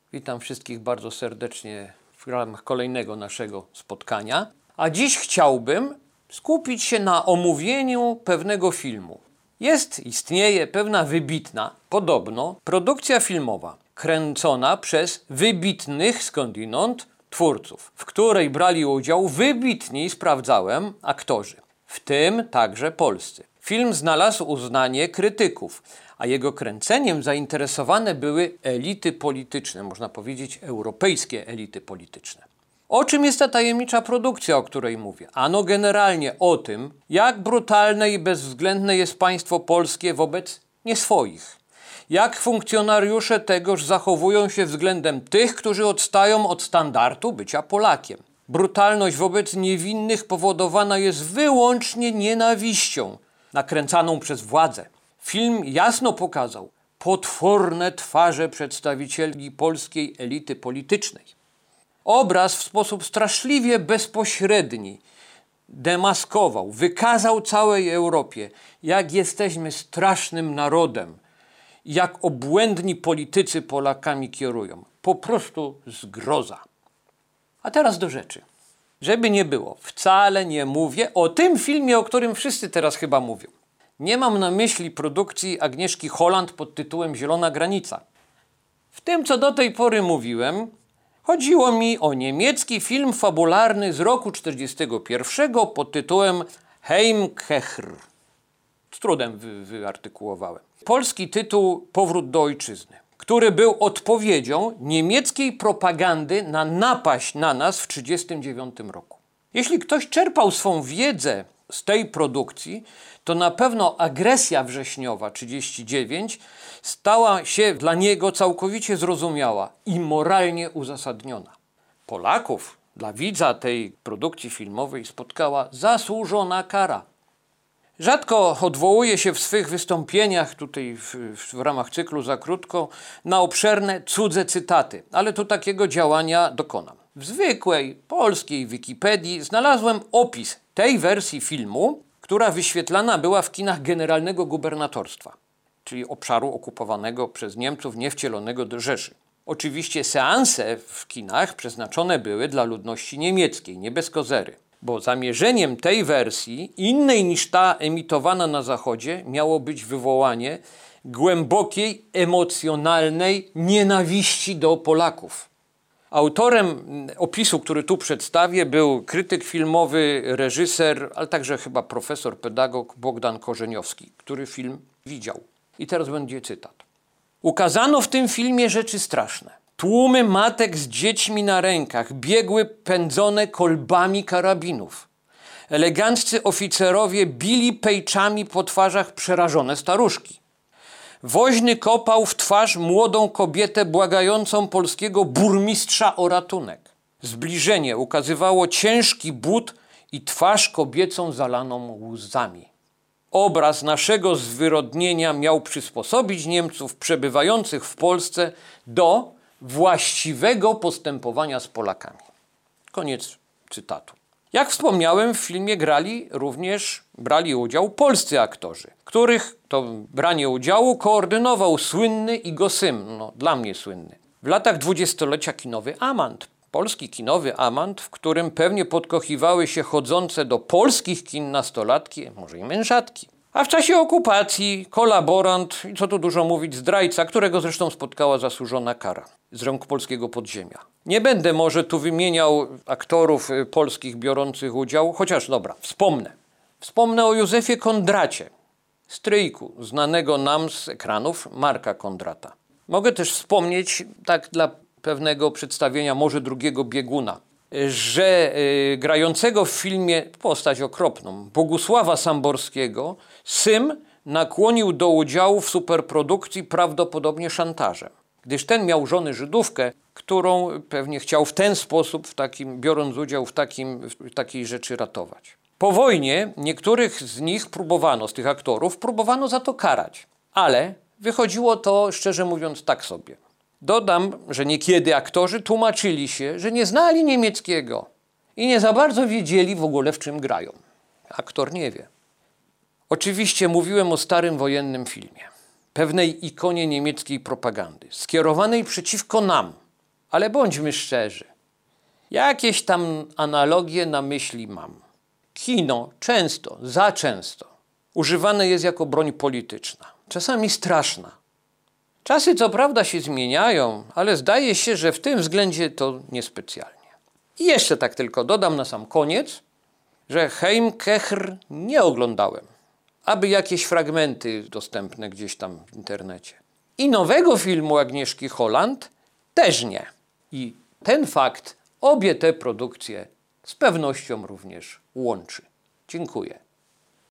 Witam wszystkich bardzo serdecznie w ramach kolejnego naszego spotkania. A dziś chciałbym skupić się na omówieniu pewnego filmu. Istnieje pewna wybitna, podobno, produkcja filmowa, kręcona przez wybitnych skądinąd twórców, w której brali udział wybitni, sprawdzałem, aktorzy, w tym także polscy. Film znalazł uznanie krytyków, a jego kręceniem zainteresowane były elity polityczne, można powiedzieć europejskie elity polityczne. O czym jest ta tajemnicza produkcja, o której mówię? Ano generalnie o tym, jak brutalne i bezwzględne jest państwo polskie wobec nieswoich. Jak funkcjonariusze tegoż zachowują się względem tych, którzy odstają od standardu bycia Polakiem. Brutalność wobec niewinnych powodowana jest wyłącznie nienawiścią, nakręcaną przez władzę. Film jasno pokazał potworne twarze przedstawicieli polskiej elity politycznej. Obraz w sposób straszliwie bezpośredni demaskował, wykazał całej Europie, jak jesteśmy strasznym narodem, jak obłędni politycy Polakami kierują. Po prostu zgroza. A teraz do rzeczy. Żeby nie było, wcale nie mówię o tym filmie, o którym wszyscy teraz chyba mówią. Nie mam na myśli produkcji Agnieszki Holland pod tytułem Zielona granica. W tym, co do tej pory mówiłem, chodziło mi o niemiecki film fabularny z roku 1941 pod tytułem Heimkehr. Z trudem wyartykułowałem. Polski tytuł Powrót do ojczyzny, który był odpowiedzią niemieckiej propagandy na napaść na nas w 1939 roku. Jeśli ktoś czerpał swą wiedzę z tej produkcji, to na pewno agresja wrześniowa 1939 stała się dla niego całkowicie zrozumiała i moralnie uzasadniona. Polaków dla widza tej produkcji filmowej spotkała zasłużona kara. Rzadko odwołuję się w swych wystąpieniach tutaj w ramach cyklu Za krótko na obszerne cudze cytaty, ale tu takiego działania dokonam. W zwykłej polskiej Wikipedii znalazłem opis tej wersji filmu, która wyświetlana była w kinach Generalnego Gubernatorstwa, czyli obszaru okupowanego przez Niemców niewcielonego do Rzeszy. Oczywiście seanse w kinach przeznaczone były dla ludności niemieckiej, nie bez kozery, bo zamierzeniem tej wersji, innej niż ta emitowana na Zachodzie, miało być wywołanie głębokiej, emocjonalnej nienawiści do Polaków. Autorem opisu, który tu przedstawię, był krytyk filmowy, reżyser, ale także chyba profesor, pedagog Bogdan Korzeniowski, który film widział. I teraz będzie cytat. Ukazano w tym filmie rzeczy straszne. Tłumy matek z dziećmi na rękach biegły pędzone kolbami karabinów. Eleganccy oficerowie bili pejczami po twarzach przerażone staruszki. Woźny kopał w twarz młodą kobietę błagającą polskiego burmistrza o ratunek. Zbliżenie ukazywało ciężki but i twarz kobiecą zalaną łzami. Obraz naszego zwyrodnienia miał przysposobić Niemców przebywających w Polsce do właściwego postępowania z Polakami. Koniec cytatu. Jak wspomniałem, w filmie brali udział polscy aktorzy, których to branie udziału koordynował słynny Igo Sym, dla mnie słynny. W latach dwudziestolecia kinowy amant, polski kinowy amant, w którym pewnie podkochiwały się chodzące do polskich kin nastolatki, może i mężatki. A w czasie okupacji kolaborant, i co tu dużo mówić, zdrajca, którego zresztą spotkała zasłużona kara z rąk polskiego podziemia. Nie będę może tu wymieniał aktorów polskich biorących udział, chociaż dobra, Wspomnę o Józefie Kondracie, stryjku znanego nam z ekranów Marka Kondrata. Mogę też wspomnieć, tak dla pewnego przedstawienia może drugiego bieguna, że grającego w filmie postać okropną Bogusława Samborskiego Sym nakłonił do udziału w superprodukcji prawdopodobnie szantażem, gdyż ten miał żonę Żydówkę, którą pewnie chciał w ten sposób, biorąc udział w takiej rzeczy ratować. Po wojnie niektórych z tych aktorów próbowano za to karać, ale wychodziło to, szczerze mówiąc, tak sobie. Dodam, że niekiedy aktorzy tłumaczyli się, że nie znali niemieckiego i nie za bardzo wiedzieli w ogóle, w czym grają. Aktor nie wie. Oczywiście mówiłem o starym wojennym filmie, pewnej ikonie niemieckiej propagandy, skierowanej przeciwko nam, Ale bądźmy szczerzy. Jakieś tam analogie na myśli mam. Kino często, za często używane jest jako broń polityczna. Czasami straszna. Czasy co prawda się zmieniają, ale zdaje się, że w tym względzie to niespecjalnie. I jeszcze tak tylko dodam na sam koniec, że Heimkecher nie oglądałem. Aby jakieś fragmenty dostępne gdzieś tam w internecie. I nowego filmu Agnieszki Holland też nie. I ten fakt obie te produkcje z pewnością również łączy. Dziękuję.